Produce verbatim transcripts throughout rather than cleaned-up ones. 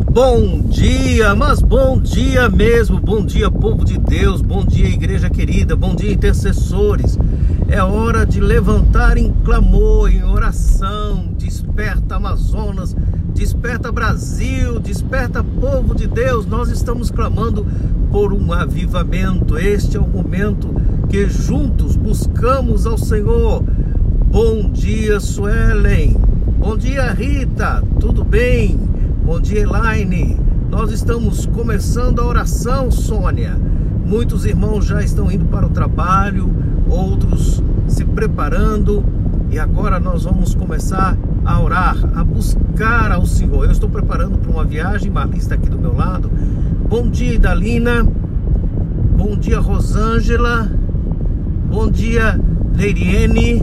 Bom dia, mas bom dia mesmo, bom dia povo de Deus, bom dia igreja querida, bom dia intercessores. É hora de levantar em clamor, em oração. Desperta Amazonas, desperta Brasil, desperta povo de Deus. Nós estamos clamando por um avivamento. Este é o momento que juntos buscamos ao Senhor. Bom dia, Suelen. Bom dia, Rita. Tudo bem? Bom dia, Elaine. Nós estamos começando a oração, Sônia. Muitos irmãos já estão indo para o trabalho, outros se preparando. E agora nós vamos começar a orar, a buscar ao Senhor. Eu estou preparando para uma viagem, Marli está aqui do meu lado. Bom dia, Idalina. Bom dia, Rosângela. Bom dia, Leiriene.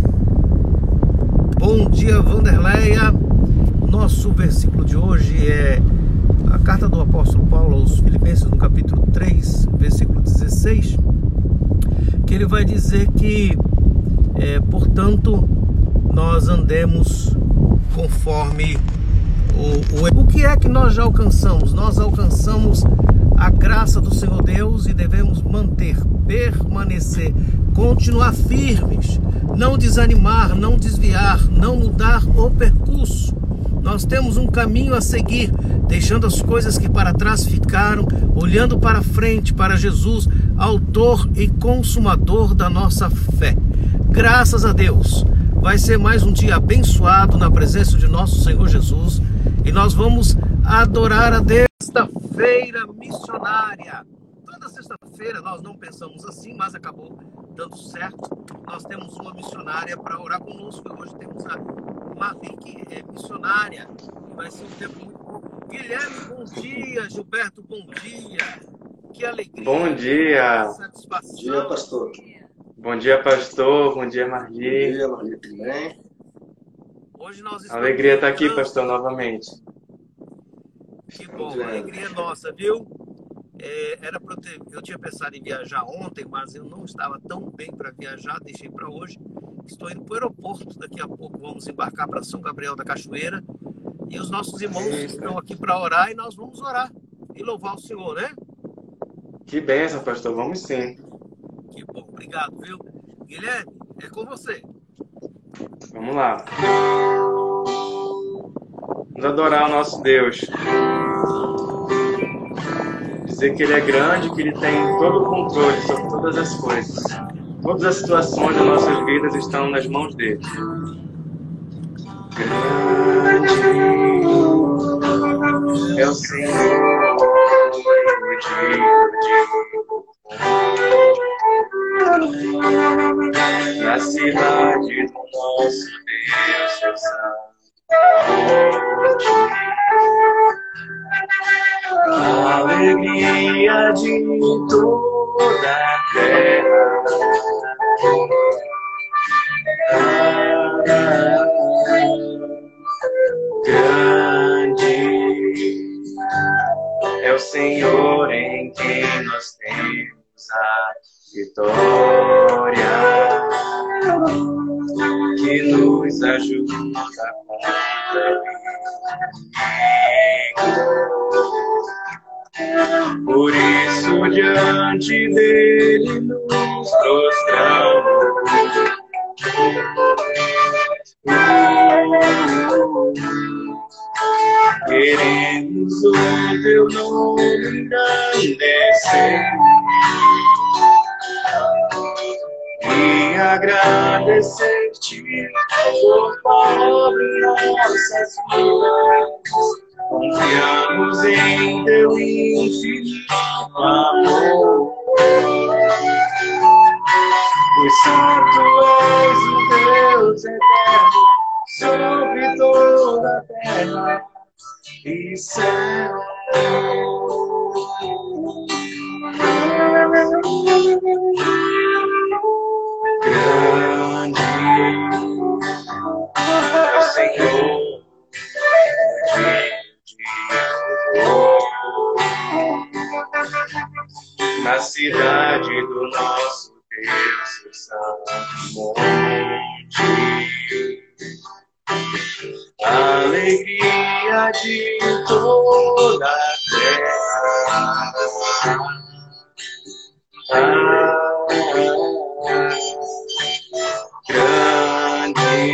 Bom dia, Vanderleia. Nosso versículo de hoje é a carta do apóstolo Paulo aos Filipenses, no capítulo três, versículo dezesseis, que ele vai dizer que, é, portanto, nós andemos conforme o, o... O que é que nós já alcançamos? Nós alcançamos a graça do Senhor Deus e devemos manter, permanecer, continuar firmes, não desanimar, não desviar, não mudar o percurso. Nós temos um caminho a seguir, deixando as coisas que para trás ficaram, olhando para frente, para Jesus, autor e consumador da nossa fé. Graças a Deus, vai ser mais um dia abençoado na presença de nosso Senhor Jesus, e nós vamos adorar a Deus. Sexta-feira missionária. Toda sexta-feira nós não pensamos assim, mas acabou dando certo. Nós temos uma missionária para orar conosco. Hoje temos a Marli, que é missionária. Vai ser um tempo muito bom. Guilherme, bom dia. Gilberto, bom dia. Que alegria. Bom dia. Satisfação. Bom dia, pastor. Bom dia, pastor. Bom dia, Marli. Bom dia, Marli, tudo bem? Hoje nós estamos... Alegria estar aqui, pastor, novamente. Que bom, a alegria é nossa, viu? É, era pra eu, ter, eu tinha pensado em viajar ontem, mas eu não estava tão bem para viajar, deixei para hoje. Estou indo para o aeroporto, daqui a pouco vamos embarcar para São Gabriel da Cachoeira. E os nossos irmãos Eita. estão aqui para orar e nós vamos orar e louvar o Senhor, né? Que bênção, pastor. Vamos sim. Que bom, obrigado, viu? Guilherme, é com você. Vamos lá. Vamos adorar o nosso Deus. Dizer que Ele é grande, que Ele tem todo o controle sobre todas as coisas. Todas as situações das nossas vidas estão nas mãos dele. Grande é o Senhor, na cidade do nosso Deus, eu santo. A alegria de toda a terra. Grande é o Senhor em quem nós temos a vitória, que nos ajuda contra o inimigo. Por isso diante dele nos prostramos. Queremos o teu nome engrandecer e agradecer-te por favor em nossas vidas. Confiamos em teu infinito amor. Pois santo és o Deus eterno sobre toda a terra e céu. Grande é o Senhor, na cidade do nosso Deus, o santo monte. Alegria alegria de toda a terra. Ah, grande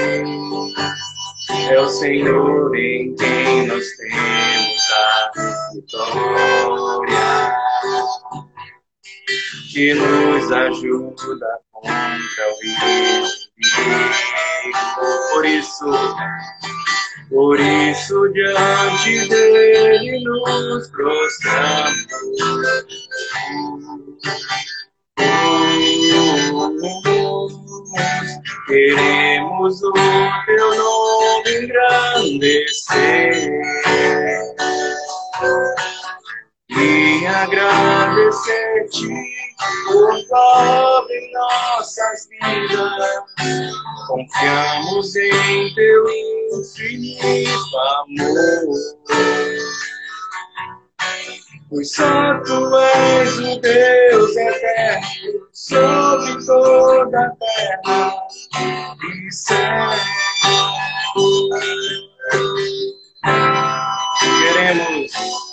é o Senhor em quem nós temos a vitória, que nos ajuda contra o inimigo. Por isso, por isso diante dele nos prostramos. Queremos o teu nome engrandecer e agradecer-te por tua obra em nossas vidas. Confiamos em teu infinito amor, pois só tu és o Deus eterno sobre toda a terra e céu. Queremos,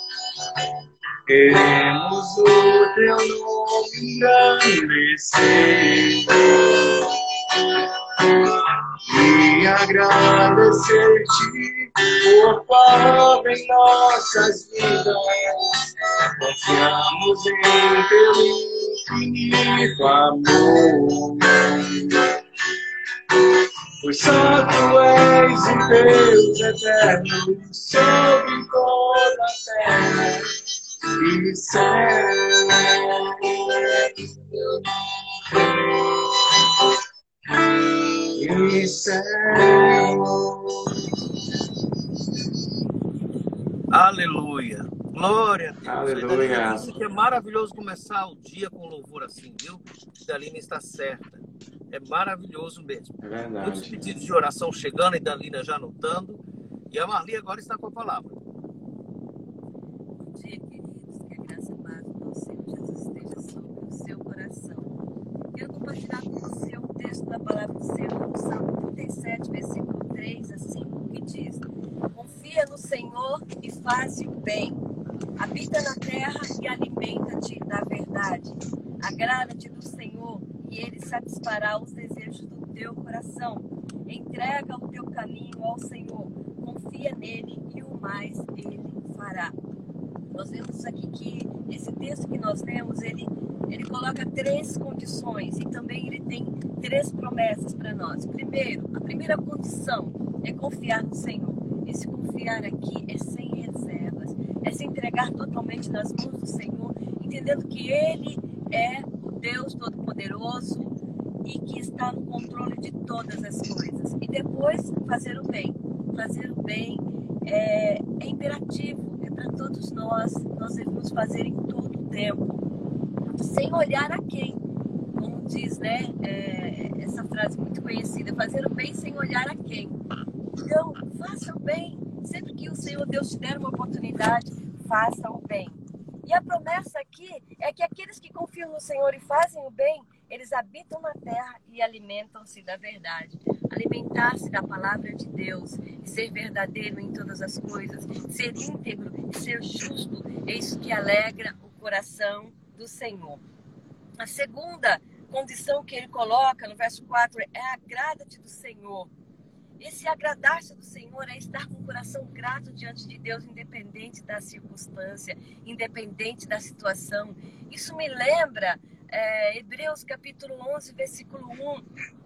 queremos o teu nome engrandecer e agradecer-te por tua obra em nossas vidas. Confiamos em teu infinito amor, pois só tu és o Deus eterno sobre toda a terra e céu. E céu. Aleluia. Glória a Deus. Aleluia. Isso que é maravilhoso começar o dia com louvor assim, viu? Dalina está certa. É maravilhoso mesmo. É verdade. Muitos pedidos de oração chegando e Dalina já anotando. E a Marli agora está com a palavra. Bom dia, queridos. Que a graça e a paz do nosso Senhor Jesus esteja sobre o seu coração. Quero compartilhar com você um texto da palavra do Senhor, no Salmo trinta e sete, versículo três a cinco, que diz: confia no Senhor e faze o bem. Habita na terra e alimenta-te da verdade. Agrada-te do Senhor e Ele satisfará os desejos do teu coração. Entrega o teu caminho ao Senhor. Confia nele e o mais Ele fará. Nós vemos aqui que esse texto que nós lemos, ele, ele coloca três condições e também ele tem três promessas para nós. Primeiro, a primeira condição é confiar no Senhor. Esse confiar aqui é sem reservas, é se entregar totalmente nas mãos do Senhor, entendendo que Ele é o Deus Todo-Poderoso e que está no controle de todas as coisas. E depois, fazer o bem. Fazer o bem é, é imperativo, é para todos nós, nós devemos fazer em todo o tempo, sem olhar a quem. Como diz, né, é, essa frase muito conhecida, fazer o bem sem olhar a quem. Então, faça o bem. Sempre que o Senhor Deus te der uma oportunidade, faça o bem. E a promessa aqui é que aqueles que confiam no Senhor e fazem o bem, eles habitam na terra e alimentam-se da verdade. Alimentar-se da palavra de Deus e ser verdadeiro em todas as coisas, ser íntegro e ser justo, é isso que alegra o coração do Senhor. A segunda condição que ele coloca no verso quatro é: agrada-te do Senhor. Esse agradar-se do Senhor é estar com o coração grato diante de Deus, independente da circunstância, independente da situação. Isso me lembra é, Hebreus capítulo onze, versículo um,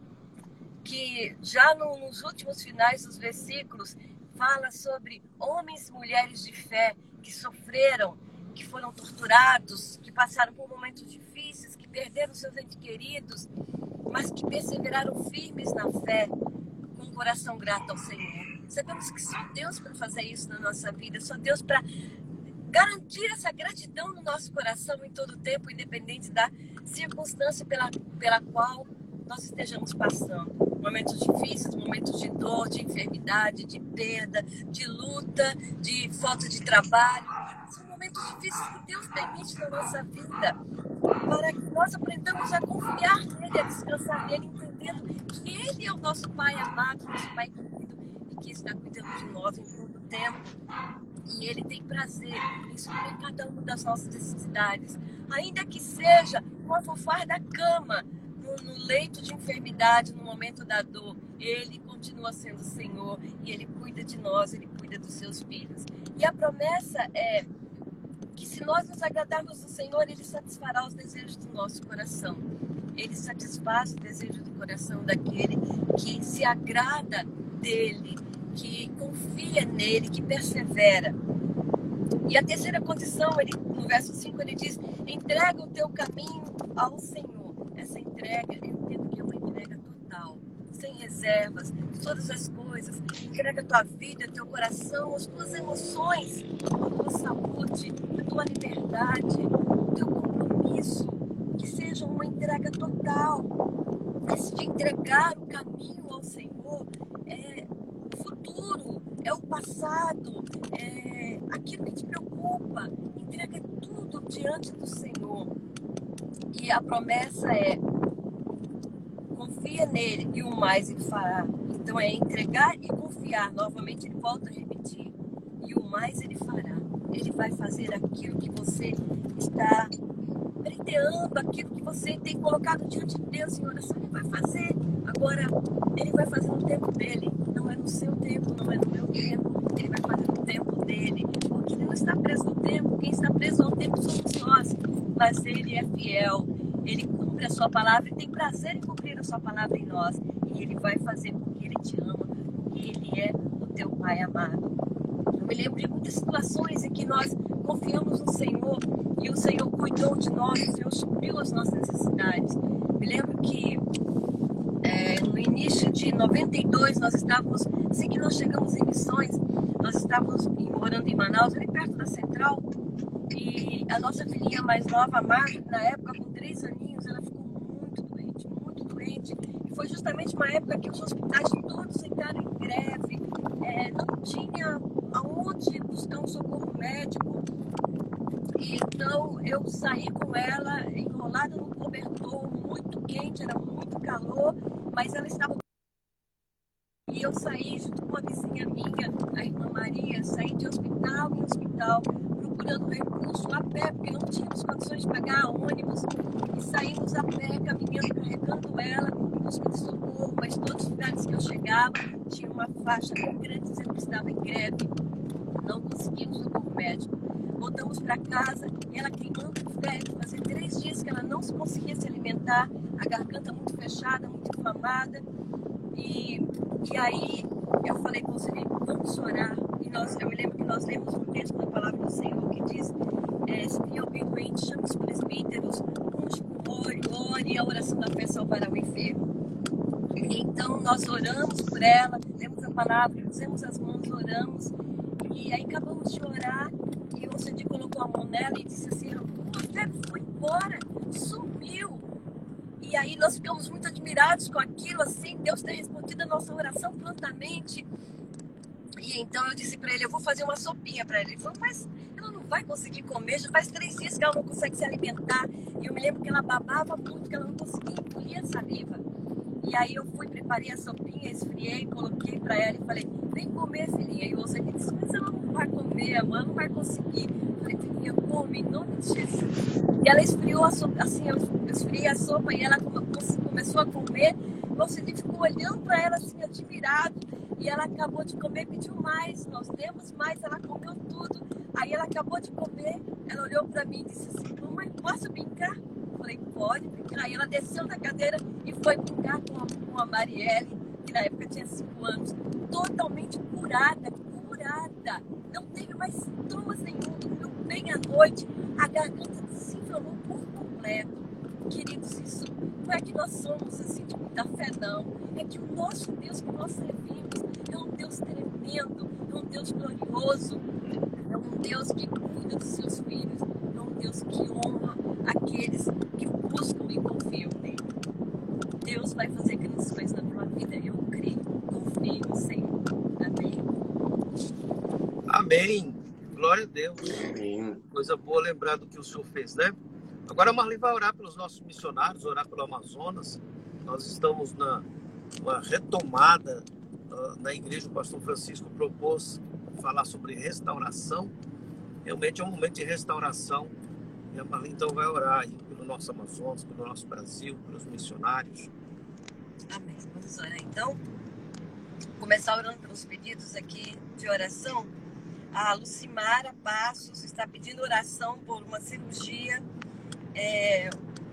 que já no, nos últimos finais dos versículos fala sobre homens e mulheres de fé que sofreram, que foram torturados, que passaram por momentos difíceis, que perderam seus entes queridos, mas que perseveraram firmes na fé, com o coração grato ao Senhor. Sabemos que só Deus para fazer isso na nossa vida, só Deus para garantir essa gratidão no nosso coração em todo o tempo, independente da circunstância pela, pela qual nós estejamos passando. Momentos difíceis, momentos de dor, de enfermidade, de perda, de luta, de falta de trabalho. São momentos difíceis que Deus permite na nossa vida, para que nós aprendamos a confiar nele, a descansar nele, entendendo que ele é o nosso Pai amado, nosso Pai querido, e que está cuidando de nós em todo o tempo. E Ele tem prazer em suprir cada uma das nossas necessidades. Ainda que seja no afofar da cama, no, no leito de enfermidade, no momento da dor, Ele continua sendo o Senhor e Ele cuida de nós, Ele cuida dos seus filhos. E a promessa é que se nós nos agradarmos do Senhor, Ele satisfará os desejos do nosso coração. Ele satisfaz o desejo do coração daquele que se agrada dEle, que confia nele, que persevera. E a terceira condição, ele, no verso cinco, ele diz: entrega o teu caminho ao Senhor. Essa entrega, eu entendo que é uma entrega total, sem reservas, de todas as coisas. Entrega a tua vida, teu coração, as tuas emoções, a tua saúde, a tua liberdade, o teu compromisso. Que seja uma entrega total. Esse de entregar o caminho ao Senhor é o futuro, é o passado, é aquilo que te preocupa. Entrega tudo diante do Senhor. E a promessa é: confia nele e o mais ele fará. Então é entregar e confiar. Novamente ele volta a repetir: e o mais ele fará. Ele vai fazer aquilo que você está preteando, aquilo que você tem colocado diante de Deus em oração. Ele vai fazer. Agora, ele vai fazer no tempo dele. Não é no seu tempo, não é no meu tempo. Ele vai fazer no tempo dele. Porque ele não está preso no tempo. Quem está preso ao tempo somos nós. Mas ele é fiel. Ele cumpre a sua palavra e tem prazer em cumprir a sua palavra em nós. E ele vai fazer porque ele te ama. Porque ele é o teu Pai amado. Eu me lembro de muitas situações em que nós confiamos no Senhor e o Senhor cuidou de nós, o Senhor supriu as nossas necessidades. Me lembro que é, no início de noventa e dois nós estávamos, assim que nós chegamos em missões, nós estávamos morando em Manaus, ali perto da Central, e a nossa filhinha mais nova, a Marta, na época com três aninhos, ela ficou muito doente, muito doente. E foi justamente uma época que os hospitais todos entraram em greve, é, não tinha aonde buscar um socorro médico. Então eu saí com ela enrolada no cobertor, muito quente, era muito calor, mas ela estava... E eu saí junto com uma vizinha minha, a irmã Maria, saí de hospital em hospital, procurando recurso a pé, porque não tínhamos condições de pagar ônibus, e saímos a pé, caminhando, carregando ela em busca de socorro, mas todos os lugares que eu chegava tinha uma faixa bem grande dizendo que estava em greve, não conseguimos socorro médico. Voltamos para casa e ela queimando febre, fazia três dias que ela não conseguia se alimentar, a garganta muito fechada, muito inflamada. E, e aí eu falei com você, vamos orar. E nós, eu me lembro que nós lemos um texto da palavra do Senhor que diz: é, se tem alguém doente, chame os presbíteros, unge com óleo, ore, e a oração da fé salvará o enfermo. Então nós oramos por ela, lemos a palavra, pusemos as mãos, oramos. E aí acabamos de orar e o Cedi colocou a mão nela e disse assim: a febre foi embora, sumiu. E aí nós ficamos muito admirados com aquilo, assim, Deus tem respondido a nossa oração prontamente. E então eu disse para ele: eu vou fazer uma sopinha para ela. Ele falou: mas ela não vai conseguir comer, já faz três dias que ela não consegue se alimentar. E eu me lembro que ela babava muito, que ela não conseguia engolir a saliva. E aí eu fui, preparei a sopinha, esfriei, coloquei para ela e falei: vem comer, filhinha. E o Cedi disse: mas ela não vai comer, a mãe não vai conseguir. Eu falei: filhinha, come, em nome de Jesus. E ela esfriou a sopa, assim, eu esfriei a sopa e ela começou a comer. O Cedi ficou olhando para ela assim, admirado. E ela acabou de comer, pediu mais, nós demos mais, ela comeu tudo. Aí ela acabou de comer, ela olhou para mim e disse assim: mamãe, posso brincar? Eu falei: pode brincar. Aí ela desceu da cadeira e foi brincar com a, com a Marielle, que na época tinha cinco anos, totalmente curada, curada. Não teve mais sintomas nenhum, dormiu bem à noite, a garganta desinflamou por completo. Queridos, isso não é que nós somos assim de muita fé, não. É que o nosso Deus que nós servimos é um Deus tremendo, é um Deus glorioso, é um Deus que cuida dos seus filhos, é um Deus que honra aqueles que o buscam e confiam nele. Deus vai fazer grandes coisas na tua vida, eu creio, confio no Senhor. Amém? Amém. Glória a Deus. Amém. Coisa boa lembrar do que o Senhor fez, né? Agora a Marli vai orar pelos nossos missionários, orar pelo Amazonas. Nós estamos na uma retomada na igreja, o pastor Francisco propôs falar sobre restauração. Realmente é um momento de restauração. E a Marli então vai orar aí pelo nosso Amazonas, pelo nosso Brasil, pelos missionários. Amém. Vamos orar então. Começar orando pelos pedidos aqui de oração. A Lucimara Passos está pedindo oração por uma cirurgia. É,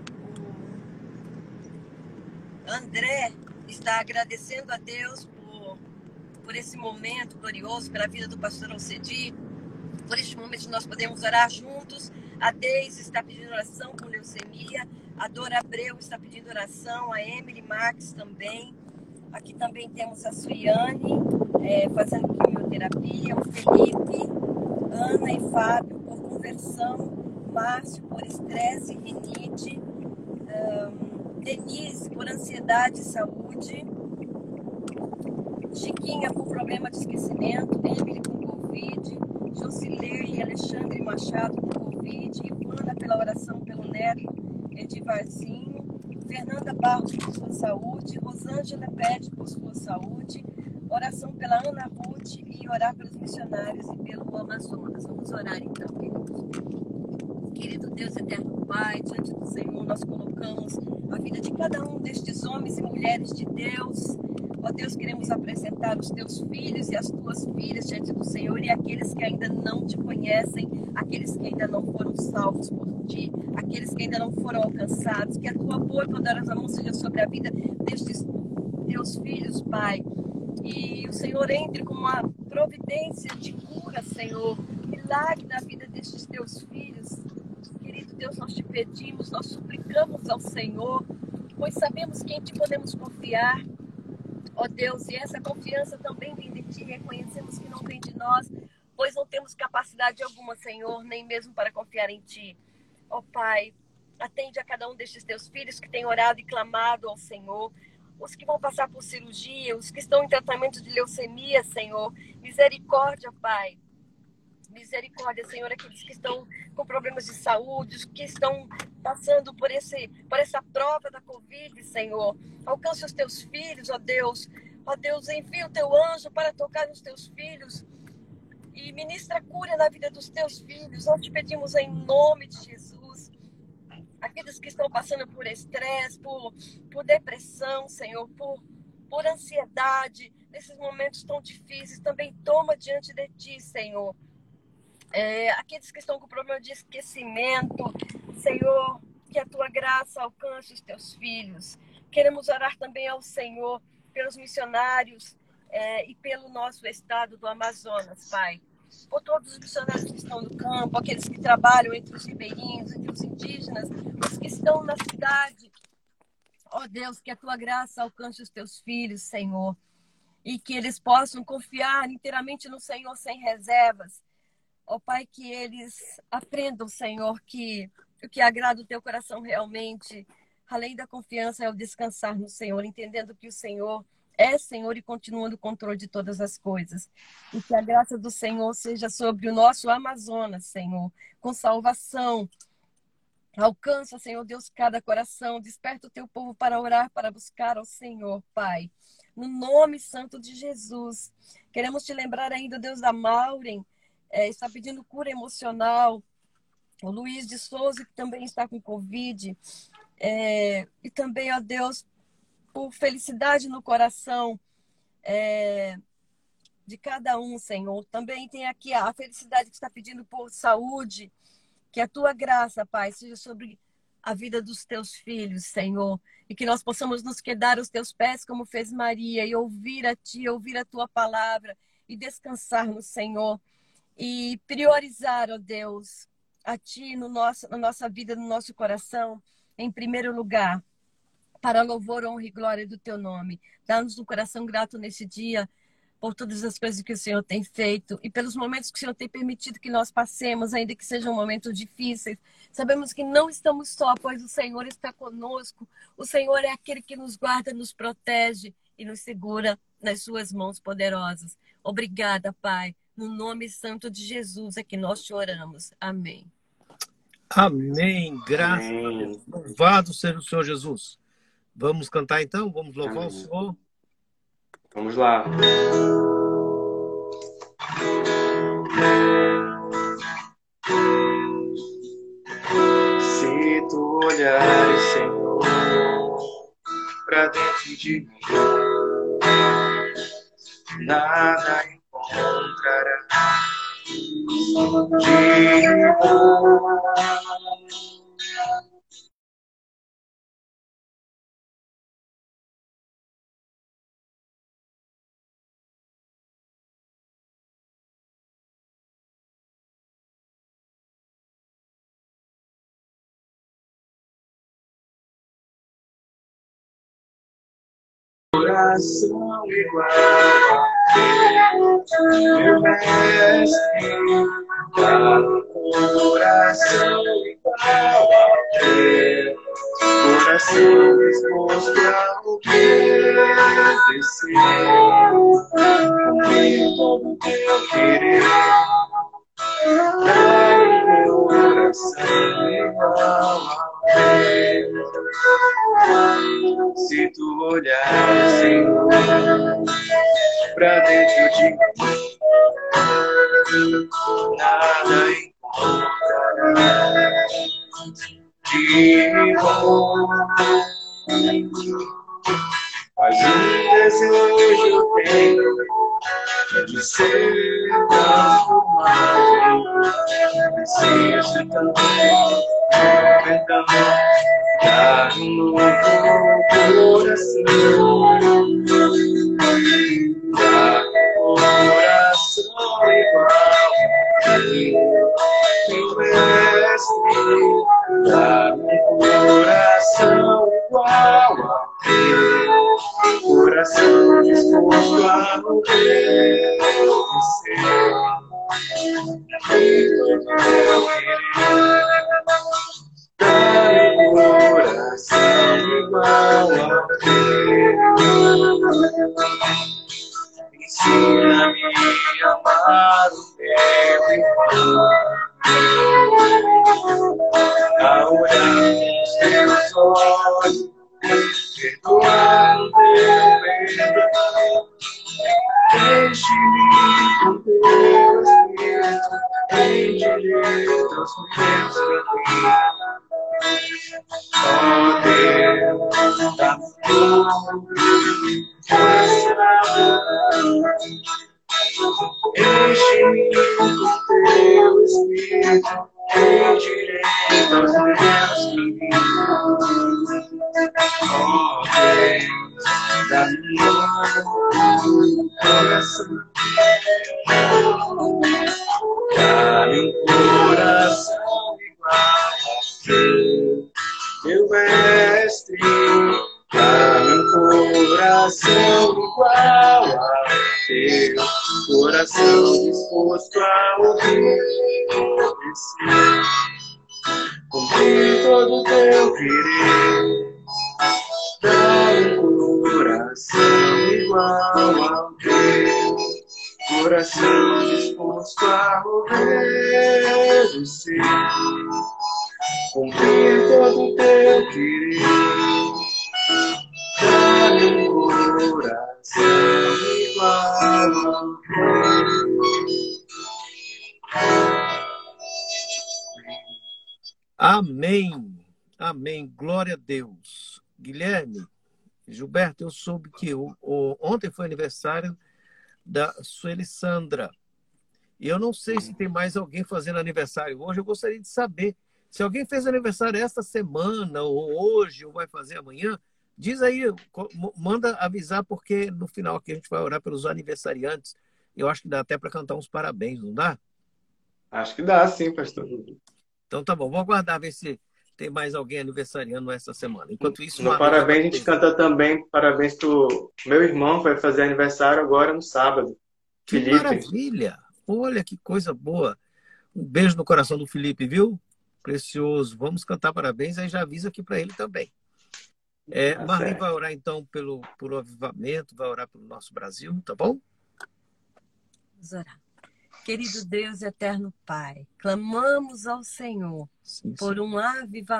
o André está agradecendo a Deus por, por esse momento glorioso, pela vida do pastor Alcedi. Por este momento nós podemos orar juntos. A Deise está pedindo oração por leucemia. A Dora Abreu está pedindo oração. A Emily Max também. Aqui também temos a Suiane é, fazendo quimioterapia. O Felipe, Ana e Fábio por conversão. Márcio por estresse e rinite. Um, Denise por ansiedade e saúde. Chiquinha por problema de esquecimento. Emily com Covid. Jocilei e Alexandre Machado por Covid. Ivana pela oração pelo neto Edivarzinho. Fernanda Barros por sua saúde. Rosângela pede por sua saúde. Oração pela Ana Ruth e orar pelos missionários e pelo Amazonas. Vamos orar então, queridos. Querido Deus eterno Pai, diante do Senhor nós colocamos a vida de cada um destes homens e mulheres de Deus. Ó Deus, queremos apresentar os teus filhos e as tuas filhas diante do Senhor e aqueles que ainda não te conhecem, aqueles que ainda não foram salvos por ti, aqueles que ainda não foram alcançados. Que a tua boa e poderosa mão seja sobre a vida destes teus filhos, Pai. E o Senhor entre com uma providência de cura, Senhor, milagre na vida destes teus filhos. Querido Deus, nós te pedimos, nós suplicamos ao Senhor, pois sabemos que em ti podemos confiar. Ó Deus, e essa confiança também vem de ti, reconhecemos que não vem de nós, pois não temos capacidade alguma, Senhor, nem mesmo para confiar em ti. Ó Pai, atende a cada um destes teus filhos que têm orado e clamado ao Senhor, os que vão passar por cirurgia, os que estão em tratamento de leucemia, Senhor, misericórdia, Pai. Misericórdia, Senhor, aqueles que estão com problemas de saúde, os que estão passando por, esse, por essa prova da Covid, Senhor. Alcance os teus filhos, ó Deus. Ó Deus, envia o teu anjo para tocar nos teus filhos e ministra cura na vida dos teus filhos. Nós te pedimos em nome de Jesus. Aqueles que estão passando por estresse, por, por depressão, Senhor, por, por ansiedade, nesses momentos tão difíceis, também toma diante de ti, Senhor. É, aqueles que estão com problema de esquecimento, Senhor, que a tua graça alcance os teus filhos. Queremos orar também ao Senhor pelos missionários é, e pelo nosso estado do Amazonas, Pai. Por todos os missionários que estão no campo, aqueles que trabalham entre os ribeirinhos, entre os indígenas, os que estão na cidade. Ó Deus, que a tua graça alcance os teus filhos, Senhor, e que eles possam confiar inteiramente no Senhor sem reservas. Ó Pai, que eles aprendam, Senhor, que o que agrada o teu coração realmente, além da confiança, é o descansar no Senhor, entendendo que o Senhor é Senhor e continua no controle de todas as coisas. E que a graça do Senhor seja sobre o nosso Amazonas, Senhor, com salvação. Alcança, Senhor Deus, cada coração. Desperta o teu povo para orar, para buscar ao Senhor, Pai. No nome santo de Jesus. Queremos te lembrar ainda, Deus, da Maureen, é, está pedindo cura emocional. O Luiz de Souza, que também está com Covid. É, e também, ó Deus, por felicidade no coração é, de cada um, Senhor. Também tem aqui a felicidade que está pedindo por saúde. Que a tua graça, Pai, seja sobre a vida dos teus filhos, Senhor. E que nós possamos nos quedar aos teus pés, como fez Maria, e ouvir a ti, ouvir a tua palavra, e descansar no Senhor. E priorizar, ó Deus, a ti no nosso, na nossa vida, no nosso coração, em primeiro lugar, para louvor, honra e glória do teu nome. Dá-nos um coração grato nesse dia, por todas as coisas que o Senhor tem feito e pelos momentos que o Senhor tem permitido que nós passemos, ainda que sejam momentos difíceis. Sabemos que não estamos só, pois o Senhor está conosco. O Senhor é aquele que nos guarda, nos protege e nos segura nas suas mãos poderosas. Obrigada, Pai. No nome santo de Jesus é que nós te oramos. Amém. Amém. Graças Amém. a Deus. Louvado seja o Senhor Jesus. Vamos cantar então? Vamos louvar Amém. o Senhor. Vamos lá. Se tu olhares, Senhor, pra dentro de mim, nada encontrarás de bom. Coração igual meu mestre, dá um coração igual ao teu, coração disposto a obedecer, cumprir todo o teu querer, dá um coração igual ao teu. Se tu olhares, Senhor, pra dentro de mim, nada encontrarás de bom. Mas um desejo tenho de ser transformado, desejo também perdão, dar um novo coração, dar um coração igual ao teu mestre, dar um coração igual ao teu, coração disposto a obedecer, e todo teu querer. Dá-me um coração igual ao teu. Ensina-me a amar o meu irmão, a olhar nos teus olhos, perdoar o teu perdão. Enche-me com teu espírito, endireita os meus caminhos. Ó Deus, dá-me um coração, enche-me com teu espírito, endireita os meus caminhos. Ó Deus, dá-me um coração, dá-me um coração igual ao teu, meu mestre, dá-me um coração igual ao teu, coração disposto a obedecer, cumprir todo o teu querer, dá-me um coração igual ao teu, coração disposto a obedecer, cumprir todo o teu querer, dá-me um coração igual ao teu. Amém. Amém. Glória a Deus. Guilherme, Gilberto, eu soube que o, o, ontem foi aniversário da Sueli Sandra. E eu não sei se tem mais alguém fazendo aniversário hoje. Eu gostaria de saber se alguém fez aniversário esta semana, ou hoje, ou vai fazer amanhã. Diz aí, manda avisar, porque no final aqui a gente vai orar pelos aniversariantes. Eu acho que dá até para cantar uns parabéns, não dá? Acho que dá, sim, pastor. Então tá bom, vamos aguardar ver se tem mais alguém aniversariando essa semana. Enquanto isso, no parabéns, a gente canta também parabéns pro meu irmão, que vai fazer aniversário agora no sábado. Que Felipe. Maravilha! Olha que coisa boa. Um beijo no coração do Felipe, viu? Precioso. Vamos cantar parabéns, aí já avisa aqui para ele também. É, Tá Marli certo. vai orar então pelo, pelo avivamento, vai orar pelo nosso Brasil, tá bom? Vamos orar. Querido Deus e eterno Pai, clamamos ao Senhor Sim, por um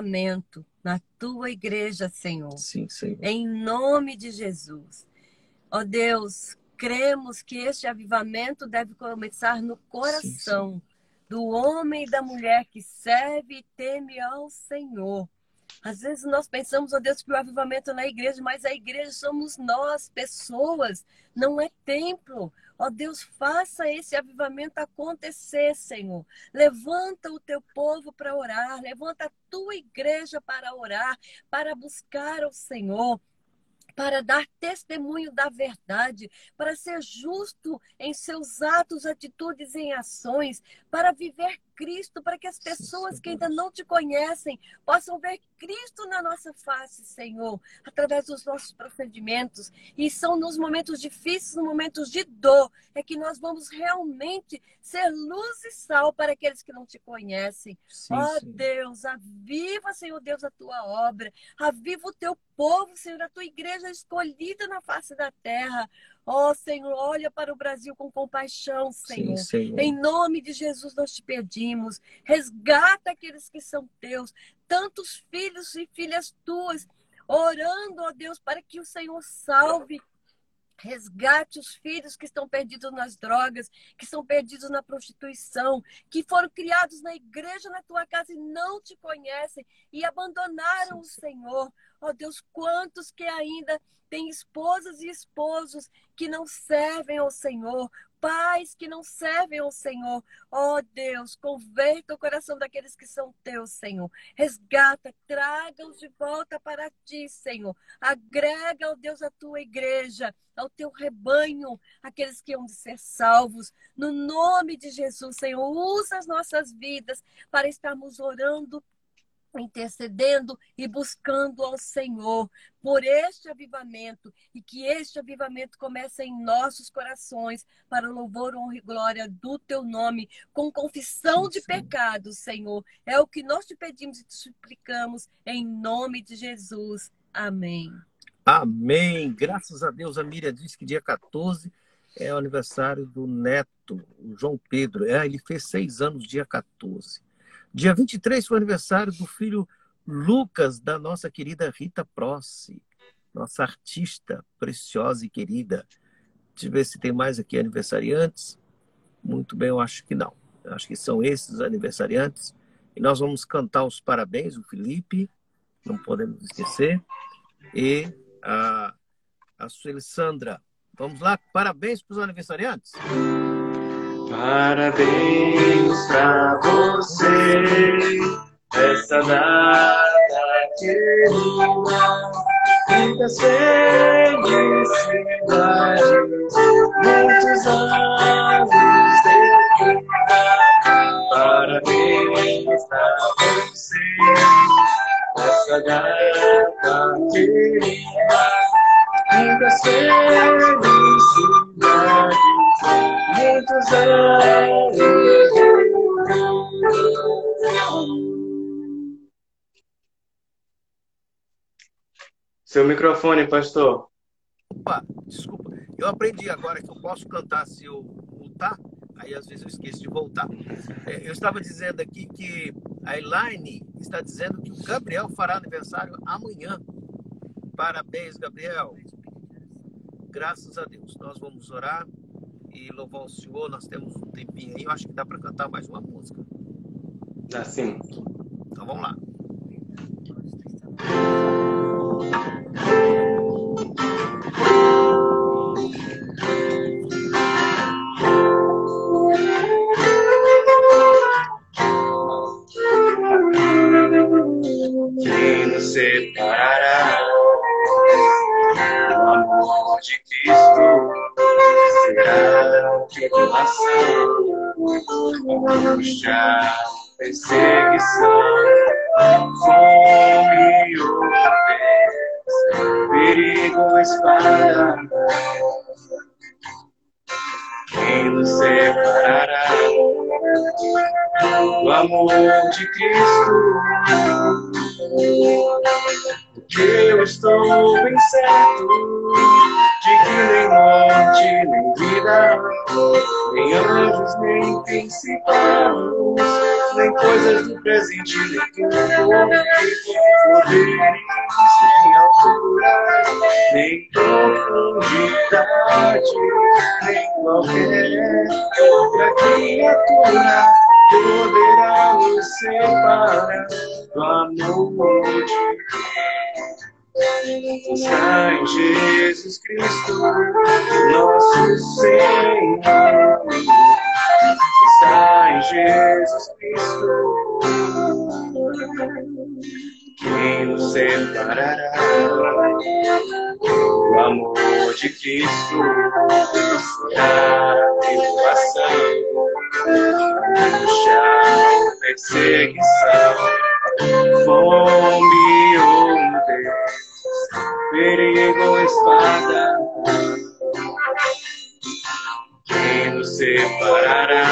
avivamento na tua igreja, Senhor, sim, Senhor. em nome de Jesus. Ó Deus, cremos que este avivamento deve começar no coração Sim, sim. do homem e da mulher que serve e teme ao Senhor. Às vezes nós pensamos, ó Deus, que o avivamento é na igreja, mas a igreja somos nós, pessoas, não é templo. Ó Deus, faça esse avivamento acontecer, Senhor. Levanta o teu povo para orar, levanta a tua igreja para orar, para buscar o Senhor, para dar testemunho da verdade, para ser justo em seus atos, atitudes e ações, para viver Cristo, para que as pessoas que ainda não te conhecem possam ver Cristo na nossa face, Senhor, através dos nossos procedimentos. E são nos momentos difíceis, nos momentos de dor, é que nós vamos realmente ser luz e sal para aqueles que não te conhecem. Sim, Ó sim. Deus, aviva, Senhor Deus, a tua obra. Aviva o teu povo, Senhor, a tua igreja escolhida na face da terra. Ó Senhor, olha para o Brasil com compaixão, Sim, Senhor. Senhor. Em nome de Jesus nós te pedimos. Resgata aqueles que são teus. Tantos filhos e filhas tuas orando, ó Deus, para que o Senhor salve. Resgate os filhos que estão perdidos nas drogas, que estão perdidos na prostituição, que foram criados na igreja, na tua casa e não te conhecem e abandonaram o Senhor. Ó Deus, quantos que ainda têm esposas e esposos que não servem ao Senhor, pais que não servem ao Senhor. Ó Deus, converta o coração daqueles que são teus, Senhor. Resgata, traga-os de volta para ti, Senhor. Agrega, ó Deus, a tua igreja, ao teu rebanho, aqueles que hão de ser salvos. No nome de Jesus, Senhor, usa as nossas vidas para estarmos orando, intercedendo e buscando ao Senhor por este avivamento, e que este avivamento comece em nossos corações para louvor, honra e glória do teu nome, com confissão de pecados, Senhor. É o que nós te pedimos e te suplicamos em nome de Jesus. Amém. Amém. Graças a Deus, a Miriam disse que dia quatorze é o aniversário do neto, o João Pedro. É, ele fez seis anos, dia quatorze. Dia vinte e três foi o aniversário do filho Lucas, da nossa querida Rita Prossi, nossa artista preciosa e querida. Deixa eu ver se tem mais aqui aniversariantes. Muito bem, eu acho que não. Eu acho que são esses os aniversariantes. E nós vamos cantar os parabéns, o Felipe, não podemos esquecer, e a, a Sueli Sandra. Vamos lá, parabéns para os aniversariantes. Parabéns pra você, essa data querida, muitas felicidades, muitos anos de vida. Parabéns pra você, essa data querida, muitas felicidades, muitos anos. Seu microfone, pastor. Opa, desculpa. Eu aprendi agora que eu posso cantar se eu voltar, aí às vezes eu esqueço de voltar. É, eu estava dizendo aqui que a Elaine está dizendo que o Gabriel fará aniversário amanhã. Parabéns, Gabriel. Graças a Deus. Nós vamos orar e louvar o Senhor. Nós temos um tempinho aí. Eu acho que dá para cantar mais uma música. Assim. Então vamos lá. Quem nos separará do amor de Cristo? Será tribulação, angústia, perseguição, fome ou nudez, perigo, espada. Quem nos separará do amor de Cristo? Porque eu estou bem certo de que nem morte, nem vida, nem anjos, nem principados, nem coisas do presente, nem do futuro, poderes, nem altura, altura, nem profundidade, nem qualquer outra criatura poderá nos separar do amor de Deus. Está em Jesus Cristo, nosso Senhor. Está em Jesus Cristo. Quem nos separará do amor de Cristo? Será a tribulação, angústia, perseguição, fome ou nudez, perigo ou espada. Quem nos separará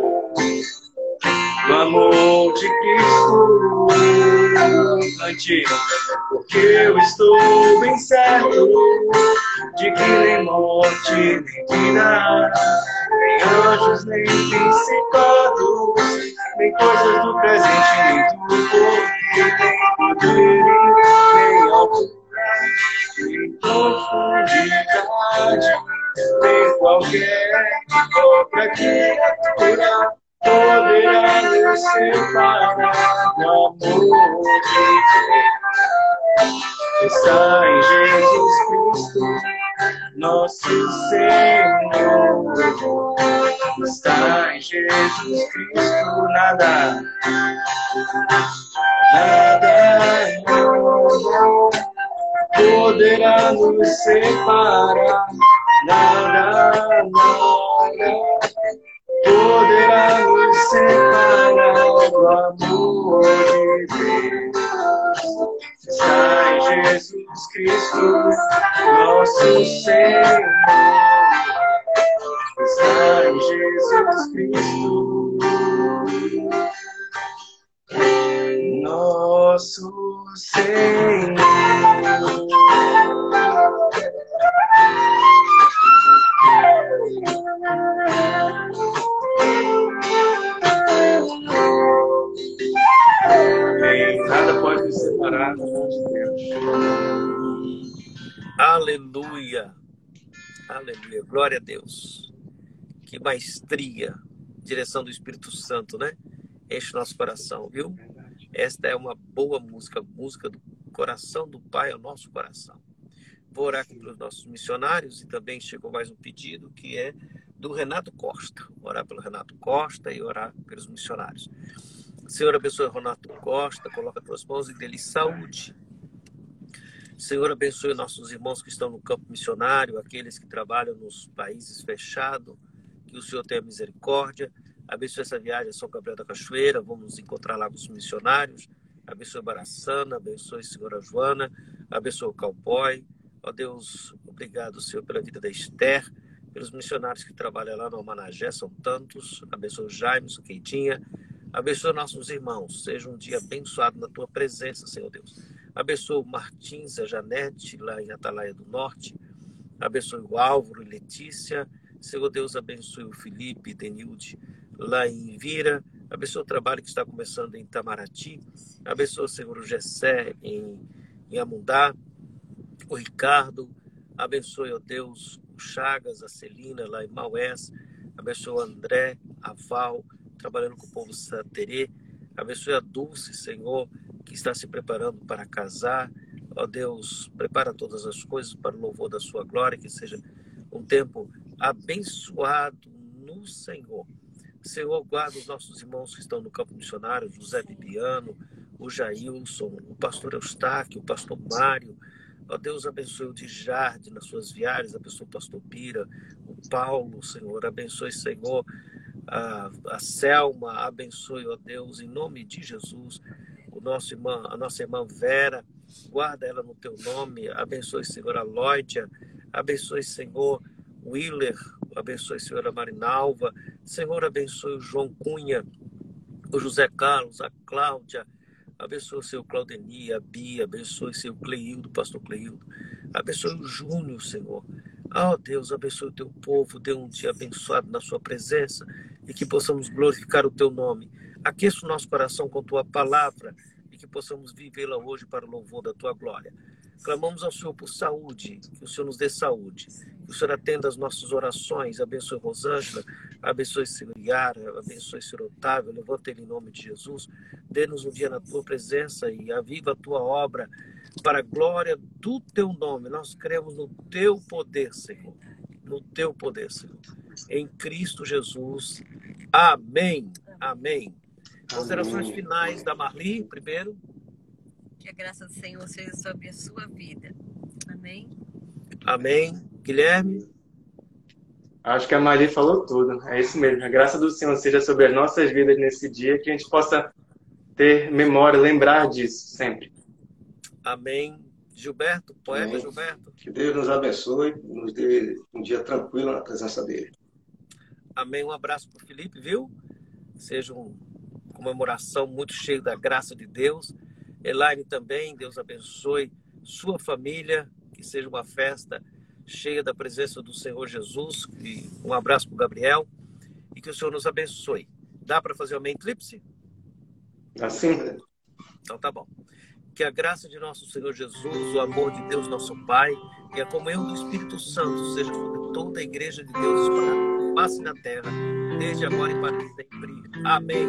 do amor de Cristo? Antes, porque eu estou bem certo de que nem morte, nem vida, nem anjos, nem principados, nem coisas do presente, nem do porvir, nem poder, nem altura, nem profundidade, nem qualquer outra criatura poderá nos separar do amor de Deus. Está em Jesus Cristo, nosso Senhor. Está em Jesus Cristo, nada, nada não poderá nos separar, nada, nada poderá nos separar do amor de Deus. Está em Jesus Cristo, nosso Senhor. Está em Jesus Cristo, nosso Senhor. Nada pode nos separar do amor de Deus. Aleluia. Aleluia. Glória a Deus. Que maestria. Direção do Espírito Santo, né? Enche nosso coração, viu? Esta é uma boa música. Música do coração do Pai ao nosso coração. Vou orar aqui pelos nossos missionários e também chegou mais um pedido que é do Renato Costa. Vou orar pelo Renato Costa e orar pelos missionários. Senhor, abençoe o Renato Costa, coloca as tuas mãos e dê-lhe saúde. Senhor, abençoe nossos irmãos que estão no campo missionário, aqueles que trabalham nos países fechados, que o Senhor tenha misericórdia. Abençoe essa viagem a São Gabriel da Cachoeira, vamos nos encontrar lá com os missionários. Abençoe Baraçana, abençoe a senhora Joana, abençoe o Cowboy. Ó Deus, obrigado, Senhor, pela vida da Esther, pelos missionários que trabalham lá no Almanagé, são tantos. Abençoe o Jaime, o Queitinha. Abençoa nossos irmãos, seja um dia abençoado na tua presença, Senhor Deus. Abençoa o Martins, a Janete, lá em Atalaia do Norte. Abençoe o Álvaro e Letícia. Senhor Deus, abençoe o Felipe e Denilde, lá em Vira. Abençoa o trabalho que está começando em Itamaraty. Abençoa, Senhor, o Gessé em, em Amundá. O Ricardo. Abençoe, ó Deus, o Chagas, a Celina, lá em Maués. Abençoa o André, a Val, trabalhando com o povo Saterê. Abençoe a Dulce, Senhor, que está se preparando para casar. Ó Deus, prepara todas as coisas para o louvor da sua glória, que seja um tempo abençoado no Senhor. Senhor, guarda os nossos irmãos que estão no campo missionário, José Bibiano, o Jailson, o pastor Eustáquio, o pastor Mário. Ó Deus, abençoe o Dijarde nas suas viagens, abençoe o pastor Pira, o Paulo, Senhor, abençoe, Senhor, A, a Selma, abençoe, ó Deus, em nome de Jesus, o nosso irmã, a nossa irmã Vera, guarda ela no teu nome, abençoe, Senhor, a Lóidia, abençoe, Senhor, Willer, abençoe, Senhor, a Marinalva, Senhor, abençoe o João Cunha, o José Carlos, a Cláudia, abençoe o seu Claudeni, a Bia, abençoe o seu Cleildo, pastor Cleildo, abençoe o Júnior, Senhor. Ah, oh, Deus, abençoe o teu povo, dê um dia abençoado na sua presença e que possamos glorificar o teu nome. Aqueça o nosso coração com tua palavra e que possamos vivê-la hoje para o louvor da tua glória. Clamamos ao Senhor por saúde, que o Senhor nos dê saúde. Que o Senhor atenda as nossas orações, abençoe Rosângela, abençoe Senhor Yara, abençoe Senhor Otávio, levanta ele em nome de Jesus. Dê-nos um dia na tua presença e aviva a tua obra para a glória do teu nome. Nós cremos no teu poder, Senhor. No teu poder, Senhor. Em Cristo Jesus. Amém. Amém. Considerações finais da Marli, primeiro. Que a graça do Senhor seja sobre a sua vida. Amém? Amém. Guilherme? Acho que a Maria falou tudo. É isso mesmo. A graça do Senhor seja sobre as nossas vidas nesse dia, que a gente possa ter memória, lembrar disso sempre. Amém. Gilberto, poeta Amém. Gilberto. Que Deus nos abençoe, nos dê um dia tranquilo na presença dele. Amém. Um abraço para o Felipe, viu? Seja uma comemoração muito cheia da graça de Deus. Elaine também, Deus abençoe sua família, que seja uma festa cheia da presença do Senhor Jesus. E um abraço para o Gabriel e que o Senhor nos abençoe. Dá para fazer uma eclipse? Assim? Então tá bom. Que a graça de nosso Senhor Jesus, o amor de Deus nosso Pai e a comunhão do Espírito Santo seja sobre toda a igreja de Deus espalhada, passe na terra, desde agora e para sempre. Amém.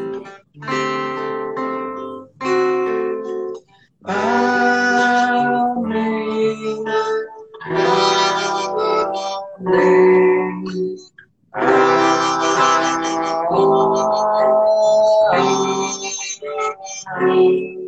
Amém. Amém. Amém.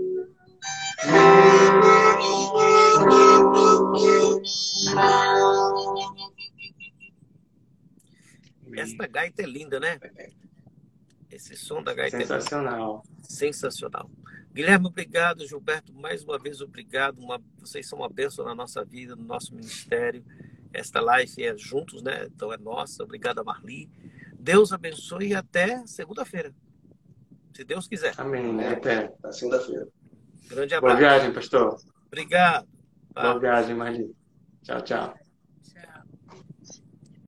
Esta gaita é linda, né? Esse som da gaita Sensacional. é sensacional. Guilherme, obrigado. Gilberto, mais uma vez, obrigado. Uma... Vocês são uma bênção na nossa vida, no nosso ministério. Esta live é juntos, né? Então é nossa. Obrigado a Marli. Deus abençoe e até segunda-feira. Se Deus quiser. Amém. Até. Na segunda-feira. Grande abraço. Boa viagem, pastor. Obrigado. Boa viagem, Marli. Tchau, tchau. Tchau.